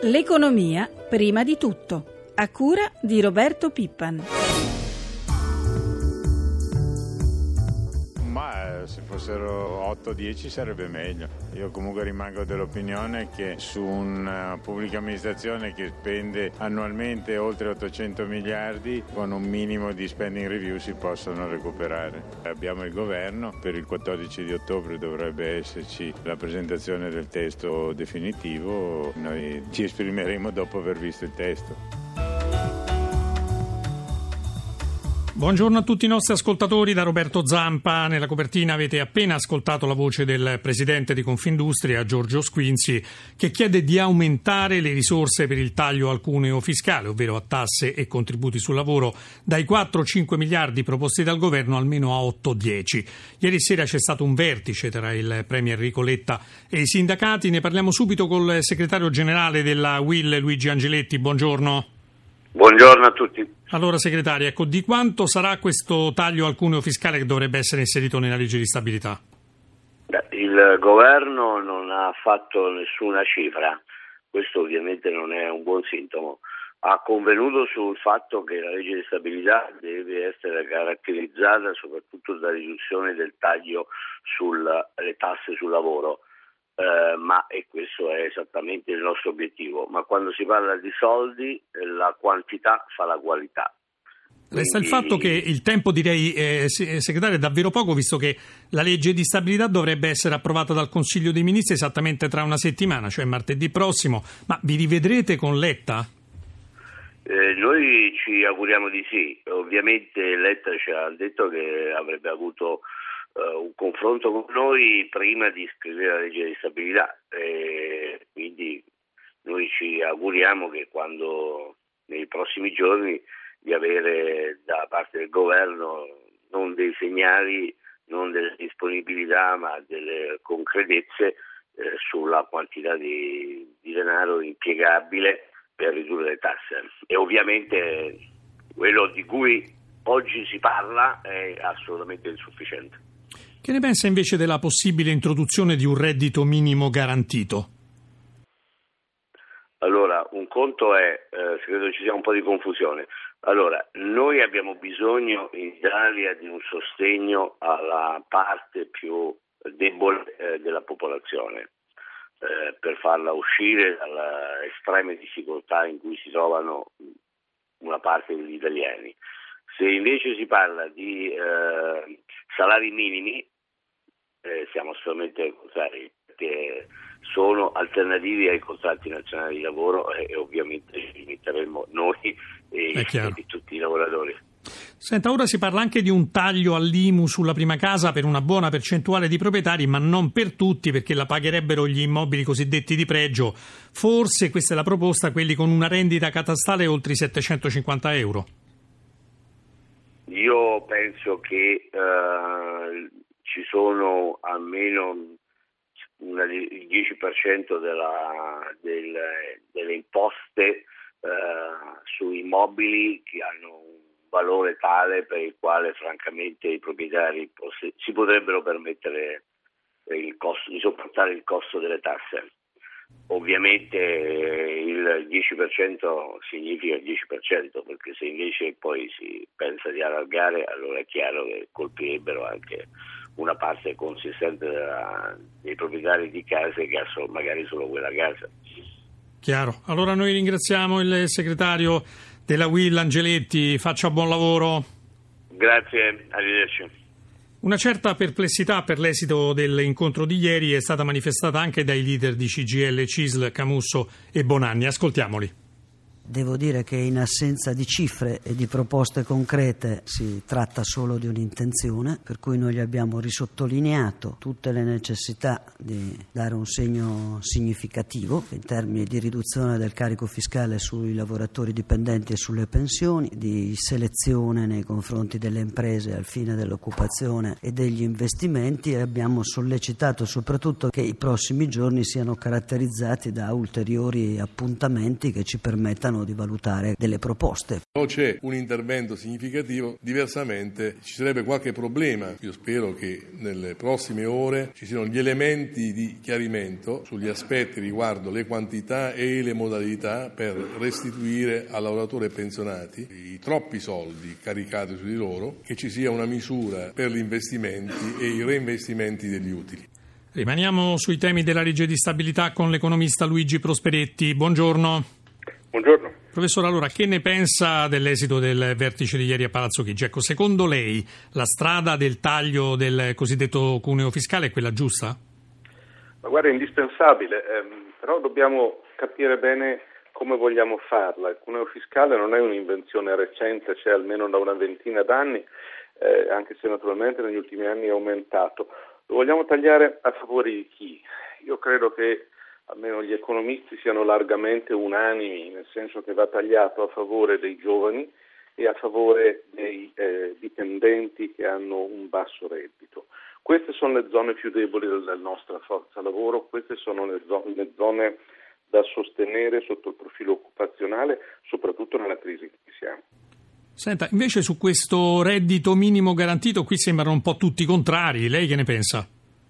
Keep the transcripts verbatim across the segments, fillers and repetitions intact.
L'economia prima di tutto, a cura di Roberto Pippan. Ma se fossero otto dieci sarebbe meglio. Io comunque rimango dell'opinione che su una pubblica amministrazione che spende annualmente oltre ottocento miliardi, con un minimo di spending review si possono recuperare. Abbiamo il governo, per il quattordici di ottobre dovrebbe esserci la presentazione del testo definitivo, noi ci esprimeremo dopo aver visto il testo. Buongiorno a tutti i nostri ascoltatori da Roberto Zampa. Nella copertina avete appena ascoltato la voce del presidente di Confindustria, Giorgio Squinzi, che chiede di aumentare le risorse per il taglio al cuneo fiscale, ovvero a tasse e contributi sul lavoro, dai quattro cinque miliardi proposti dal governo almeno a otto dieci. Ieri sera c'è stato un vertice tra il premier Enrico Letta e i sindacati. Ne parliamo subito col segretario generale della U I L, Luigi Angeletti. Buongiorno. Buongiorno a tutti. Allora, segretario, ecco, di quanto sarà questo taglio al cuneo fiscale che dovrebbe essere inserito nella legge di stabilità? Il governo non ha fatto nessuna cifra, questo ovviamente non è un buon sintomo. Ha convenuto sul fatto che la legge di stabilità deve essere caratterizzata soprattutto dalla riduzione del taglio sulle tasse sul lavoro. Uh, ma e questo è esattamente il nostro obiettivo, ma quando si parla di soldi la quantità fa la qualità. Resta Quindi... il fatto che il tempo, direi, eh, segretario, è davvero poco, visto che la legge di stabilità dovrebbe essere approvata dal Consiglio dei Ministri esattamente tra una settimana, cioè martedì prossimo, ma vi rivedrete con Letta? Eh, noi ci auguriamo di sì. Ovviamente Letta ci ha detto che avrebbe avuto Uh, un confronto con noi prima di scrivere la legge di stabilità, e quindi noi ci auguriamo che quando nei prossimi giorni di avere da parte del governo non dei segnali, non delle disponibilità, ma delle concretezze eh, sulla quantità di, di denaro impiegabile per ridurre le tasse. E ovviamente quello di cui oggi si parla è assolutamente insufficiente. Che ne pensa invece della possibile introduzione di un reddito minimo garantito? Allora, un conto è, eh, credo ci sia un po' di confusione. Allora, noi abbiamo bisogno in Italia di un sostegno alla parte più debole eh, della popolazione, eh, per farla uscire dalle estreme difficoltà in cui si trovano una parte degli italiani. Se invece si parla di eh, salari minimi, Eh, siamo assolutamente contrari, perché sono alternativi ai contratti nazionali di lavoro e, e ovviamente ci limiteremo noi e, e tutti i lavoratori. Senta, ora si parla anche di un taglio all'I M U sulla prima casa per una buona percentuale di proprietari, ma non per tutti, perché la pagherebbero gli immobili cosiddetti di pregio. Forse, questa è la proposta, quelli con una rendita catastale oltre i settecentocinquanta euro. Io penso che uh, ci sono almeno una, il dieci per cento della, del, delle imposte uh, su immobili che hanno un valore tale per il quale francamente i proprietari poss- si potrebbero permettere il costo, di sopportare il costo delle tasse. Ovviamente il dieci per cento significa il dieci per cento, perché se invece poi si pensa di allargare, allora è chiaro che colpirebbero anche una parte consistente della, dei proprietari di case che ha solo, magari solo quella casa. Chiaro. Allora noi ringraziamo il segretario della U I L, Angeletti, faccia buon lavoro. Grazie, arrivederci. Una certa perplessità per l'esito dell'incontro di ieri è stata manifestata anche dai leader di C G I L, C I S L, Camusso e Bonanni. Ascoltiamoli. Devo dire che in assenza di cifre e di proposte concrete si tratta solo di un'intenzione, per cui noi gli abbiamo risottolineato tutte le necessità di dare un segno significativo in termini di riduzione del carico fiscale sui lavoratori dipendenti e sulle pensioni, di selezione nei confronti delle imprese al fine dell'occupazione e degli investimenti, e abbiamo sollecitato soprattutto che i prossimi giorni siano caratterizzati da ulteriori appuntamenti che ci permettano chiedano di valutare delle proposte. O c'è un intervento significativo, diversamente ci sarebbe qualche problema. Io spero che nelle prossime ore ci siano gli elementi di chiarimento sugli aspetti riguardo le quantità e le modalità per restituire a lavoratori e pensionati i troppi soldi caricati su di loro, che ci sia una misura per gli investimenti e i reinvestimenti degli utili. Rimaniamo sui temi della legge di stabilità con l'economista Luigi Prosperetti. Buongiorno. Buongiorno. Professore, allora, che ne pensa dell'esito del vertice di ieri a Palazzo Chigi? Ecco, secondo lei la strada del taglio del cosiddetto cuneo fiscale è quella giusta? Ma guarda, è indispensabile, ehm, però dobbiamo capire bene come vogliamo farla. Il cuneo fiscale non è un'invenzione recente, c'è almeno da una ventina d'anni, eh, anche se naturalmente negli ultimi anni è aumentato. Lo vogliamo tagliare a favore di chi? Io credo che almeno gli economisti siano largamente unanimi, nel senso che va tagliato a favore dei giovani e a favore dei eh, dipendenti che hanno un basso reddito. Queste sono le zone più deboli della nostra forza lavoro, queste sono le zone, le zone da sostenere sotto il profilo occupazionale, soprattutto nella crisi in cui siamo. Senta, invece su questo reddito minimo garantito qui sembrano un po' tutti contrari, lei che ne pensa?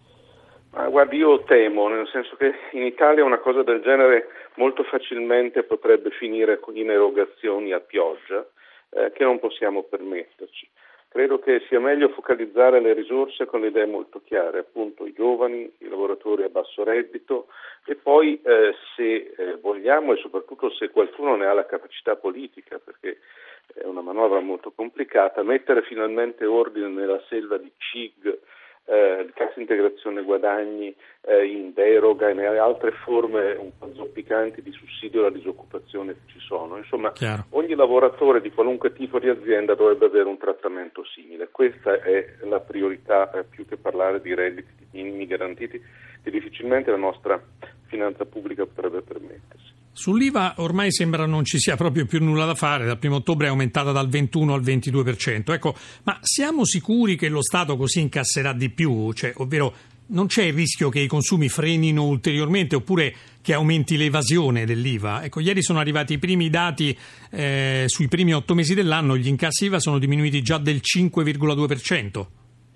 Ma guardi, io temo, nel senso che in Italia una cosa del genere molto facilmente potrebbe finire in erogazioni a pioggia, eh, che non possiamo permetterci. Credo che sia meglio focalizzare le risorse con le idee molto chiare, appunto i giovani, i lavoratori a basso reddito e poi eh, se eh, vogliamo e soprattutto se qualcuno ne ha la capacità politica, perché è una manovra molto complicata, mettere finalmente ordine nella selva di C I G, eh, di cassa integrazione guadagni, eh, in deroga e nelle altre forme un po' zoppicanti di sussidio alla disoccupazione che ci sono. Insomma, Chiaro. Ogni lavoratore di qualunque tipo di azienda dovrebbe avere un trattamento simile. Questa è la priorità, eh, più che parlare di redditi minimi garantiti, che difficilmente la nostra finanza pubblica potrebbe permettersi. Sull'I V A ormai sembra non ci sia proprio più nulla da fare, dal primo ottobre è aumentata dal ventuno al ventidue per cento. Ecco, ma siamo sicuri che lo Stato così incasserà di più? Cioè, ovvero, non c'è il rischio che i consumi frenino ulteriormente oppure che aumenti l'evasione dell'I V A? Ecco, ieri sono arrivati i primi dati eh, sui primi otto mesi dell'anno, gli incassi I V A sono diminuiti già del cinque virgola due per cento.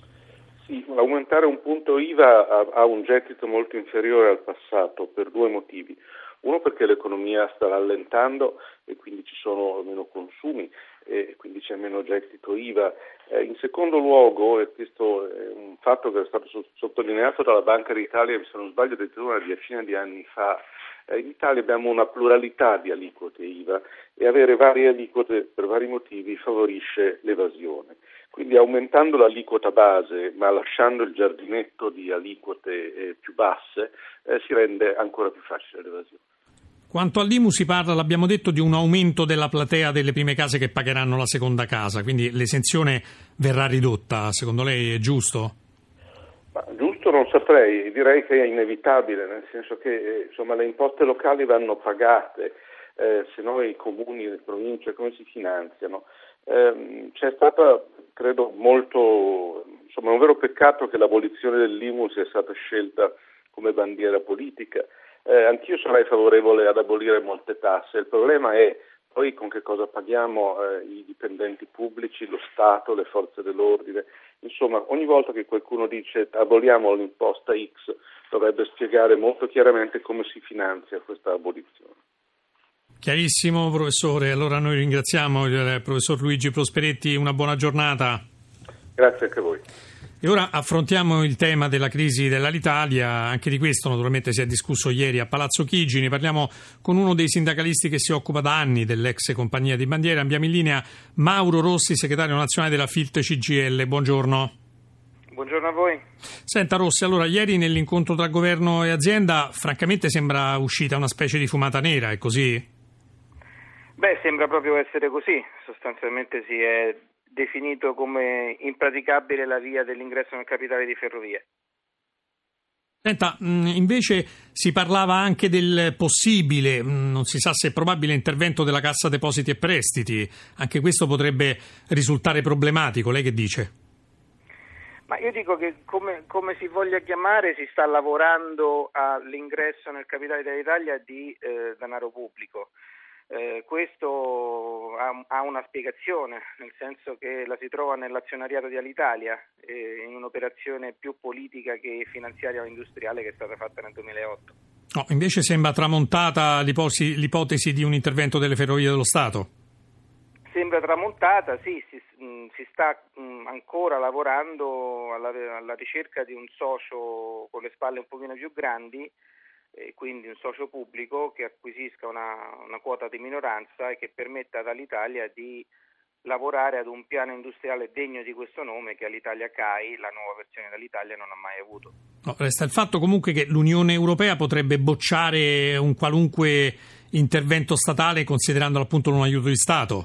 Sì, aumentare un punto I V A ha, ha un gettito molto inferiore al passato per due motivi. Uno, perché l'economia sta rallentando e quindi ci sono meno consumi e quindi c'è meno gettito I V A. Eh, in secondo luogo, e questo è un fatto che è stato sottolineato dalla Banca d'Italia, se non sbaglio, addirittura una decina di anni fa, eh, in Italia abbiamo una pluralità di aliquote I V A e avere varie aliquote per vari motivi favorisce l'evasione. Quindi aumentando l'aliquota base ma lasciando il giardinetto di aliquote eh, più basse eh, si rende ancora più facile l'evasione. Quanto all'I M U si parla, l'abbiamo detto, di un aumento della platea delle prime case che pagheranno la seconda casa, quindi l'esenzione verrà ridotta, secondo lei è giusto? Ma giusto non saprei, direi che è inevitabile, nel senso che eh, insomma le imposte locali vanno pagate, eh, se no i comuni, le province come si finanziano? Eh, c'è stata, credo, molto, insomma, un vero peccato che l'abolizione dell'I M U sia stata scelta come bandiera politica. Eh, anch'io sarei favorevole ad abolire molte tasse, il problema è poi con che cosa paghiamo eh, i dipendenti pubblici, lo Stato, le forze dell'ordine. Insomma, ogni volta che qualcuno dice aboliamo l'imposta X dovrebbe spiegare molto chiaramente come si finanzia questa abolizione. Chiarissimo, professore. Allora noi ringraziamo il professor Luigi Prosperetti, una buona giornata. Grazie anche a voi. E ora affrontiamo il tema della crisi dell'Alitalia, anche di questo naturalmente si è discusso ieri a Palazzo Chigi, ne parliamo con uno dei sindacalisti che si occupa da anni dell'ex compagnia di bandiera. Abbiamo in linea Mauro Rossi, segretario nazionale della Filt C G I L. Buongiorno. Buongiorno a voi. Senta Rossi, allora ieri nell'incontro tra governo e azienda francamente sembra uscita una specie di fumata nera, è così? Beh, sembra proprio essere così, sostanzialmente si è definito come impraticabile la via dell'ingresso nel capitale di Ferrovie. Senta, invece si parlava anche del possibile, non si sa se è probabile, intervento della Cassa Depositi e Prestiti. Anche questo potrebbe risultare problematico, lei che dice? Ma io dico che come, come si voglia chiamare si sta lavorando all'ingresso nel capitale dell'Italia di eh, denaro pubblico. Eh, questo ha, ha una spiegazione, nel senso che la si trova nell'azionariato di Alitalia, eh, in un'operazione più politica che finanziaria o industriale che è stata fatta nel duemilaotto. No, invece sembra tramontata l'ipotesi, l'ipotesi di un intervento delle Ferrovie dello Stato. Sembra tramontata, sì, si, si sta mh, ancora lavorando alla, alla ricerca di un socio con le spalle un pochino più grandi, e quindi un socio pubblico che acquisisca una, una quota di minoranza e che permetta ad Alitalia di lavorare ad un piano industriale degno di questo nome che Alitalia C A I, la nuova versione dell'Italia, non ha mai avuto. No, resta il fatto comunque che l'Unione Europea potrebbe bocciare un qualunque intervento statale considerandolo appunto un aiuto di Stato.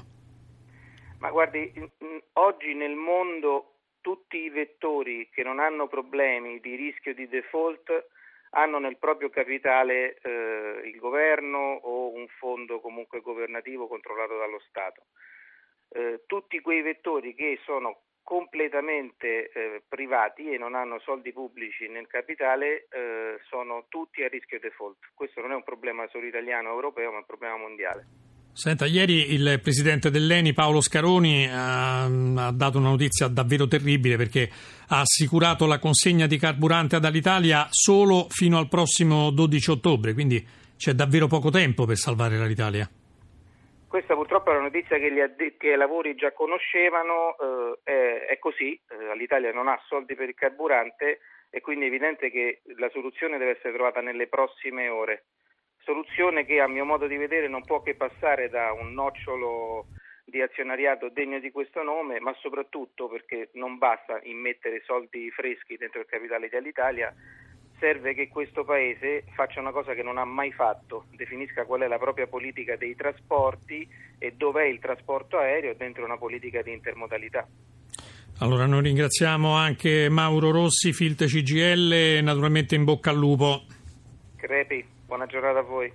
Ma guardi, oggi nel mondo tutti i vettori che non hanno problemi di rischio di default hanno nel proprio capitale eh, il governo o un fondo comunque governativo controllato dallo Stato. Eh, tutti quei vettori che sono completamente eh, privati e non hanno soldi pubblici nel capitale eh, sono tutti a rischio default. Questo non è un problema solo italiano o europeo, ma è un problema mondiale. Senta, ieri il presidente dell'Eni, Paolo Scaroni, ha, ha dato una notizia davvero terribile perché ha assicurato la consegna di carburante ad Alitalia solo fino al prossimo dodici ottobre, quindi c'è davvero poco tempo per salvare l'Alitalia. Questa purtroppo è una notizia che gli addetti ai lavori già conoscevano, eh, è, è così, eh, Alitalia non ha soldi per il carburante e quindi è evidente che la soluzione deve essere trovata nelle prossime ore. Soluzione che a mio modo di vedere non può che passare da un nocciolo di azionariato degno di questo nome, ma soprattutto perché non basta immettere soldi freschi dentro il capitale di Alitalia, serve che questo Paese faccia una cosa che non ha mai fatto, definisca qual è la propria politica dei trasporti e dov'è il trasporto aereo dentro una politica di intermodalità. Allora noi ringraziamo anche Mauro Rossi, Filt C G I L, naturalmente in bocca al lupo. Crepi. Buona giornata a voi.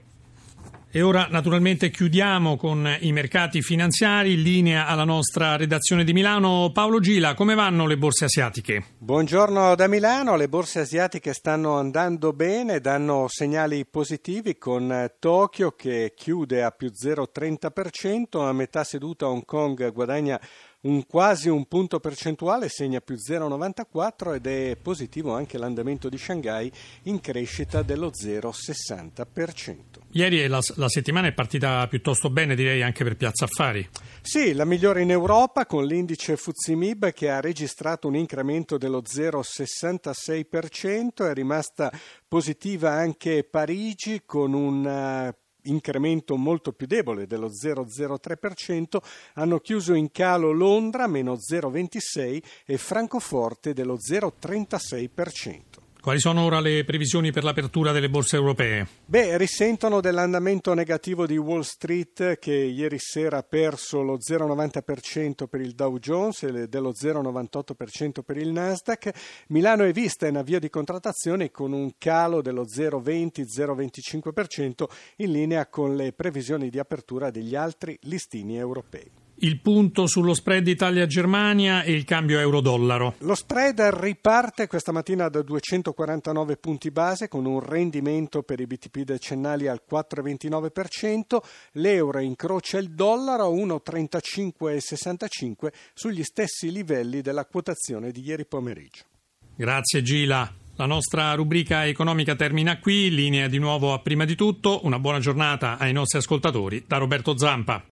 E ora naturalmente chiudiamo con i mercati finanziari, in linea alla nostra redazione di Milano. Paolo Gila, come vanno le borse asiatiche? Buongiorno da Milano, le borse asiatiche stanno andando bene, danno segnali positivi con Tokyo che chiude a più zero virgola trenta per cento, a metà seduta Hong Kong guadagna un quasi un punto percentuale, segna più zero virgola novantaquattro ed è positivo anche l'andamento di Shanghai in crescita dello zero virgola sessanta per cento. Ieri la, la settimana è partita piuttosto bene, direi anche per Piazza Affari. Sì, la migliore in Europa con l'indice F T S E M I B che ha registrato un incremento dello zero virgola sessantasei per cento, è rimasta positiva anche Parigi con un incremento molto più debole dello zero virgola zero tre per cento, hanno chiuso in calo Londra meno zero virgola ventisei e Francoforte dello zero virgola trentasei per cento. Quali sono ora le previsioni per l'apertura delle borse europee? Beh, risentono dell'andamento negativo di Wall Street che ieri sera ha perso lo zero virgola novanta per cento per il Dow Jones e dello zero virgola novantotto per cento per il Nasdaq. Milano è vista in avvio di contrattazione con un calo dello zero virgola venti zero virgola venticinque per cento in linea con le previsioni di apertura degli altri listini europei. Il punto sullo spread Italia-Germania e il cambio euro-dollaro. Lo spread riparte questa mattina da duecentoquarantanove punti base con un rendimento per i B T P decennali al quattro virgola ventinove per cento. L'euro incrocia il dollaro a uno virgola trentacinque virgola sessantacinque sugli stessi livelli della quotazione di ieri pomeriggio. Grazie Gila. La nostra rubrica economica termina qui. Linea di nuovo a Prima di Tutto. Una buona giornata ai nostri ascoltatori da Roberto Zampa.